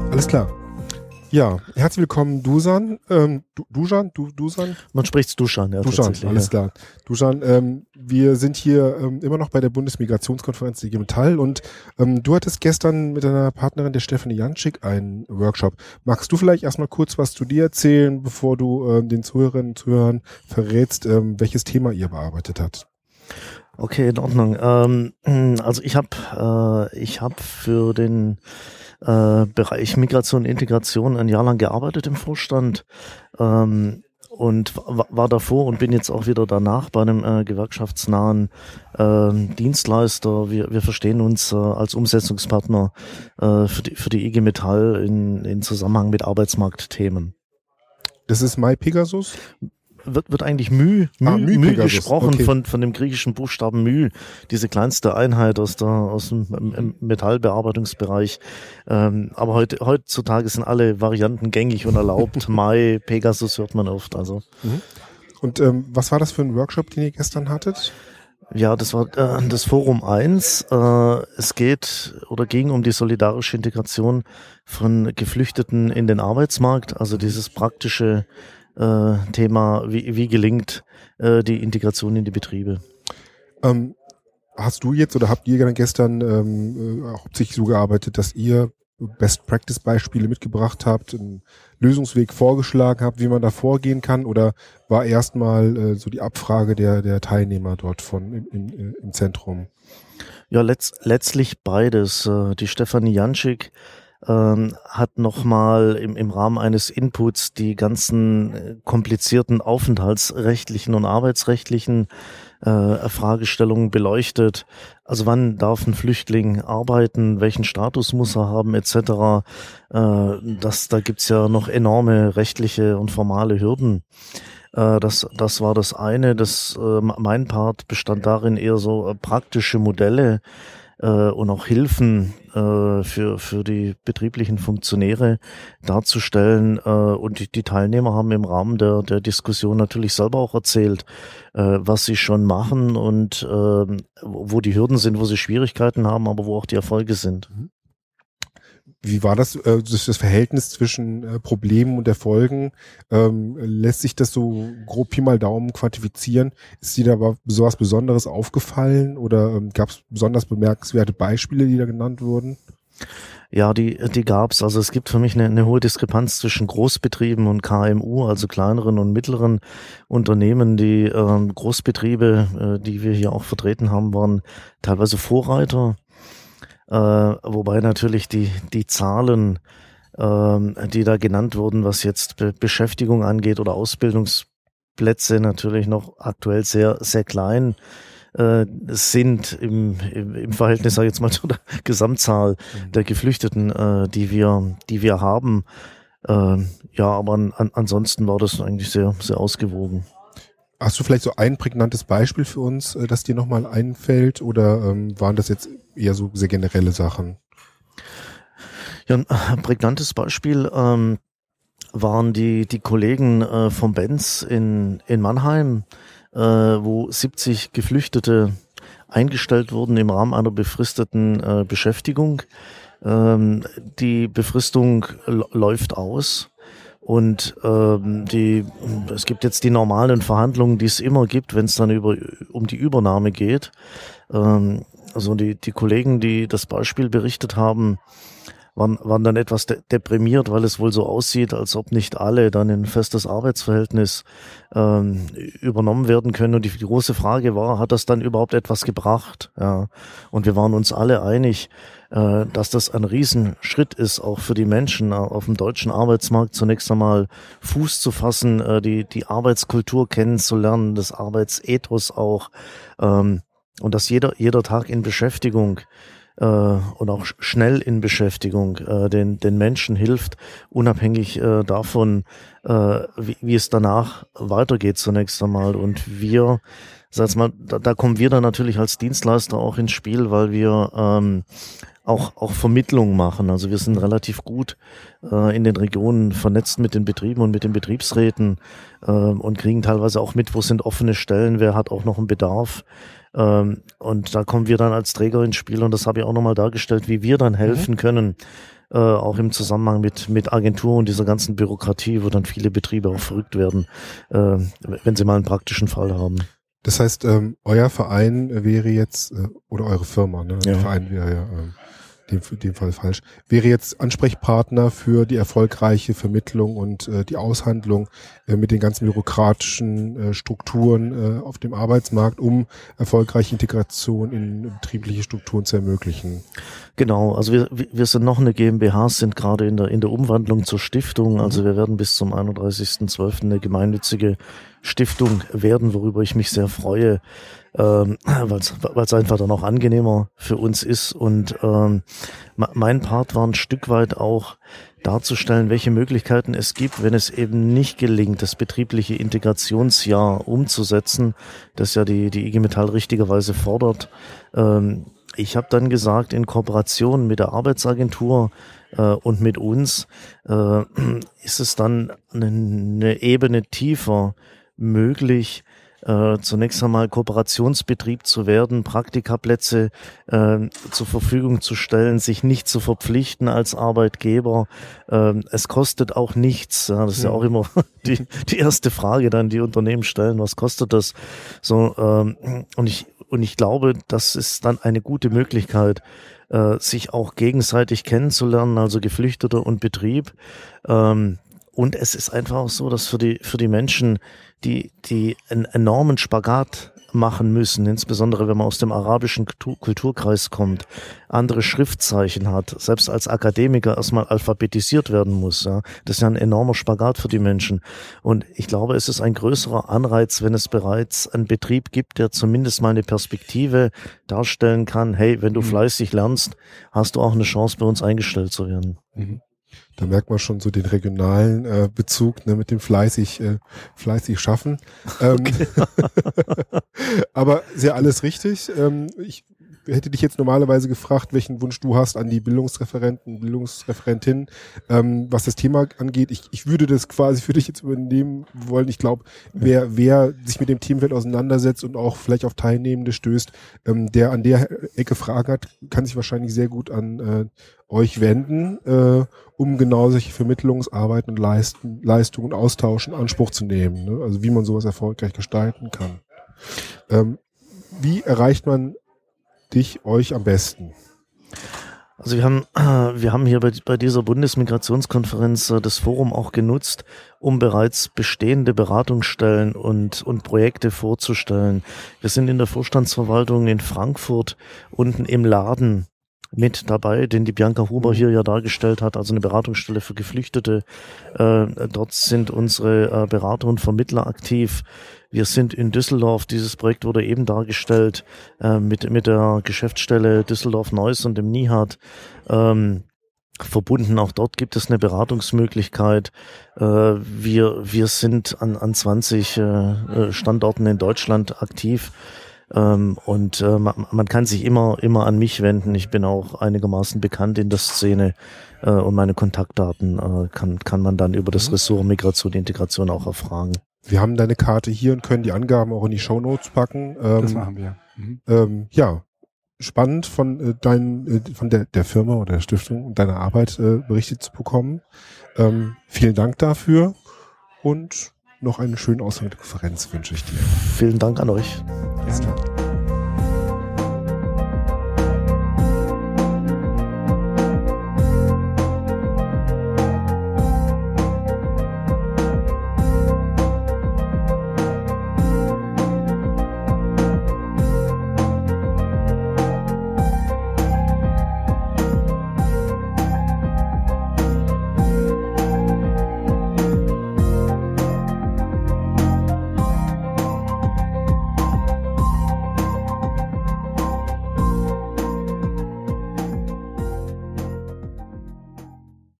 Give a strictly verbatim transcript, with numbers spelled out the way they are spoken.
Alles klar. Ja, herzlich willkommen, Dusan. Ähm, du, Dusan? Du, Dusan? Man spricht Dusan, ja. Dusan, alles ja. klar. Dusan, ähm, wir sind hier ähm, immer noch bei der Bundesmigrationskonferenz der I G Metall und ähm, du hattest gestern mit deiner Partnerin, der Stefanie Janschik, einen Workshop. Magst du vielleicht erstmal kurz was zu dir erzählen, bevor du ähm, den Zuhörerinnen und Zuhörern verrätst, ähm, welches Thema ihr bearbeitet habt? Okay, in Ordnung. Ähm, also ich habe äh, ich habe für den äh, Bereich Migration und Integration ein Jahr lang gearbeitet im Vorstand ähm, und war, war davor und bin jetzt auch wieder danach bei einem äh, gewerkschaftsnahen äh, Dienstleister. Wir, wir verstehen uns äh, als Umsetzungspartner äh, für die für die I G Metall in, in Zusammenhang mit Arbeitsmarktthemen. Das ist MyPegasus? Wird, wird eigentlich Müh, Müh, ah, Müh, Müh gesprochen, okay. von, von dem griechischen Buchstaben Müh, diese kleinste Einheit aus der, aus dem Metallbearbeitungsbereich. Ähm, aber heute, heutzutage sind alle Varianten gängig und erlaubt. Mai, Pegasus hört man oft, also. Und, ähm, was war das für ein Workshop, den ihr gestern hattet? Ja, das war äh, das Forum eins. Äh, es geht oder ging um die solidarische Integration von Geflüchteten in den Arbeitsmarkt, also dieses praktische Äh, Thema, wie, wie gelingt äh, die Integration in die Betriebe. Ähm, hast du jetzt oder habt ihr gestern ähm, äh, hauptsächlich so gearbeitet, dass ihr Best-Practice-Beispiele mitgebracht habt, einen Lösungsweg vorgeschlagen habt, wie man da vorgehen kann, oder war erstmal äh, so die Abfrage der der Teilnehmer dort von im, im, im Zentrum? Ja, letzt, letztlich beides. Äh, die Stefanie Janschik Ähm, hat nochmal im, im Rahmen eines Inputs die ganzen äh, komplizierten aufenthaltsrechtlichen und arbeitsrechtlichen äh, Fragestellungen beleuchtet. Also wann darf ein Flüchtling arbeiten, welchen Status muss er haben et cetera. Äh, das, da gibt's ja noch enorme rechtliche und formale Hürden. Äh, das, das war das eine. Das, äh, mein Part bestand darin, eher so äh, praktische Modelle und auch Hilfen äh, für für die betrieblichen Funktionäre darzustellen. Äh, und die, die Teilnehmer haben im Rahmen der der Diskussion natürlich selber auch erzählt, äh, was sie schon machen und äh, wo die Hürden sind, wo sie Schwierigkeiten haben, aber wo auch die Erfolge sind. Wie war das, äh, das Verhältnis zwischen äh, Problemen und Erfolgen? Ähm, lässt sich das so grob Pi mal Daumen quantifizieren? Ist dir da aber sowas Besonderes aufgefallen oder ähm, gab es besonders bemerkenswerte Beispiele, die da genannt wurden? Ja, die die gab's. Also es gibt für mich eine, eine hohe Diskrepanz zwischen Großbetrieben und K M U, also kleineren und mittleren Unternehmen. Die ähm, Großbetriebe, äh, die wir hier auch vertreten haben, waren teilweise Vorreiter. Uh, wobei natürlich die die Zahlen, ähm, die da genannt wurden, was jetzt Be- Beschäftigung angeht oder Ausbildungsplätze, natürlich noch aktuell sehr sehr klein äh, sind im, im im Verhältnis, sag ich jetzt mal, zu der Gesamtzahl mhm. der Geflüchteten, äh, die wir die wir haben. Äh, ja, aber an, ansonsten war das eigentlich sehr sehr ausgewogen. Hast du vielleicht so ein prägnantes Beispiel für uns, das dir nochmal einfällt, oder ähm, waren das jetzt eher so sehr generelle Sachen? Ja, ein prägnantes Beispiel ähm, waren die die Kollegen äh, vom Benz in in Mannheim, äh, wo siebzig Geflüchtete eingestellt wurden im Rahmen einer befristeten äh, Beschäftigung. Ähm, die Befristung l- läuft aus. Und ähm, die, es gibt jetzt die normalen Verhandlungen, die es immer gibt, wenn es dann über um die Übernahme geht. Ähm, also die die Kollegen, die das Beispiel berichtet haben, waren, waren dann etwas de- deprimiert, weil es wohl so aussieht, als ob nicht alle dann in ein festes Arbeitsverhältnis ähm, übernommen werden können. Und die, die große Frage war, hat das dann überhaupt etwas gebracht? Ja. Und wir waren uns alle einig, äh, dass das ein Riesenschritt ist, auch für die Menschen auf dem deutschen Arbeitsmarkt zunächst einmal Fuß zu fassen, äh, die die Arbeitskultur kennenzulernen, das Arbeitsethos auch, ähm, und dass jeder jeder Tag in Beschäftigung äh, und auch schnell in Beschäftigung äh, den den Menschen hilft, unabhängig äh, davon, äh, wie, wie es danach weitergeht zunächst einmal. Und wir, sag mal, da, da kommen wir dann natürlich als Dienstleister auch ins Spiel, weil wir ähm, auch auch Vermittlung machen. Also wir sind relativ gut äh, in den Regionen vernetzt mit den Betrieben und mit den Betriebsräten äh, und kriegen teilweise auch mit, wo sind offene Stellen, wer hat auch noch einen Bedarf. Ähm, und da kommen wir dann als Träger ins Spiel, und das habe ich auch nochmal dargestellt, wie wir dann helfen mhm. können, äh, auch im Zusammenhang mit mit Agentur und dieser ganzen Bürokratie, wo dann viele Betriebe auch verrückt werden, äh, wenn sie mal einen praktischen Fall haben. Das heißt, ähm, euer Verein wäre jetzt, äh, oder eure Firma, ne? Der Ja. Verein wäre ja ähm, in dem, dem Fall falsch, wäre jetzt Ansprechpartner für die erfolgreiche Vermittlung und äh, die Aushandlung äh, mit den ganzen bürokratischen äh, Strukturen äh, auf dem Arbeitsmarkt, um erfolgreiche Integration in betriebliche Strukturen zu ermöglichen. Genau, also wir wir sind noch eine GmbH, sind gerade in der in der Umwandlung zur Stiftung. Also wir werden bis zum einunddreißigsten zwölften eine gemeinnützige Stiftung werden, worüber ich mich sehr freue, ähm, weil es einfach dann auch angenehmer für uns ist. Und ähm, mein Part war ein Stück weit auch darzustellen, welche Möglichkeiten es gibt, wenn es eben nicht gelingt, das betriebliche Integrationsjahr umzusetzen, das ja die die I G Metall richtigerweise fordert. Ähm, Ich habe dann gesagt, in Kooperation mit der Arbeitsagentur äh, und mit uns äh, ist es dann eine, eine Ebene tiefer möglich, äh, zunächst einmal Kooperationsbetrieb zu werden, Praktikaplätze äh, zur Verfügung zu stellen, sich nicht zu verpflichten als Arbeitgeber. Äh, es kostet auch nichts. Ja, das ist ja auch immer die, die erste Frage, dann die Unternehmen stellen, was kostet das? So ähm, und ich Und ich glaube, das ist dann eine gute Möglichkeit, äh, sich auch gegenseitig kennenzulernen, also Geflüchteter und Betrieb. Ähm, und es ist einfach auch so, dass für die für die Menschen, die die einen enormen Spagat machen müssen, insbesondere wenn man aus dem arabischen Kulturkreis kommt, andere Schriftzeichen hat, selbst als Akademiker erstmal alphabetisiert werden muss. Ja. Das ist ja ein enormer Spagat für die Menschen. Und ich glaube, es ist ein größerer Anreiz, wenn es bereits einen Betrieb gibt, der zumindest mal eine Perspektive darstellen kann, hey, wenn du mhm. fleißig lernst, hast du auch eine Chance, bei uns eingestellt zu werden. Mhm. Da merkt man schon so den regionalen äh, Bezug, ne, mit dem fleißig, äh, fleißig schaffen. Ähm, okay. Aber ist ja alles richtig. Ähm, ich hätte dich jetzt normalerweise gefragt, welchen Wunsch du hast an die Bildungsreferenten, Bildungsreferentin, ähm, was das Thema angeht. Ich, ich würde das quasi für dich jetzt übernehmen wollen. Ich glaube, wer, wer sich mit dem Themenfeld auseinandersetzt und auch vielleicht auf Teilnehmende stößt, ähm, der an der Ecke Fragen hat, kann sich wahrscheinlich sehr gut an äh, euch wenden, äh, um genau solche Vermittlungsarbeiten und Leisten, Leistungen, Austausch in Anspruch zu nehmen. Ne? Also wie man sowas erfolgreich gestalten kann. Ähm, wie erreicht man dich, euch am besten? Also wir haben äh, wir haben hier bei, bei dieser Bundesmigrationskonferenz äh, das Forum auch genutzt, um bereits bestehende Beratungsstellen und und Projekte vorzustellen. Wir sind in der Vorstandsverwaltung in Frankfurt unten im Laden mit dabei, den die Bianca Huber hier ja dargestellt hat, also eine Beratungsstelle für Geflüchtete. Äh, dort sind unsere äh, Berater und Vermittler aktiv. Wir sind in Düsseldorf, dieses Projekt wurde eben dargestellt, äh, mit mit der Geschäftsstelle Düsseldorf-Neuss und dem Nihat ähm, verbunden. Auch dort gibt es eine Beratungsmöglichkeit. Äh, wir wir sind an an zwanzig äh, Standorten in Deutschland aktiv. Ähm, und äh, man, man kann sich immer immer an mich wenden. Ich bin auch einigermaßen bekannt in der Szene äh, und meine Kontaktdaten äh, kann kann man dann über das Ressort Migration und Integration auch erfragen. Wir haben deine Karte hier und können die Angaben auch in die Shownotes packen. Ähm, das machen wir. Mhm. Ähm, ja, spannend von äh, dein, äh, von der der Firma oder der Stiftung und deiner Arbeit äh, berichtet zu bekommen. Ähm, vielen Dank dafür und noch einen schönen Ausgang der Konferenz wünsche ich dir. Vielen Dank an euch. Gerne.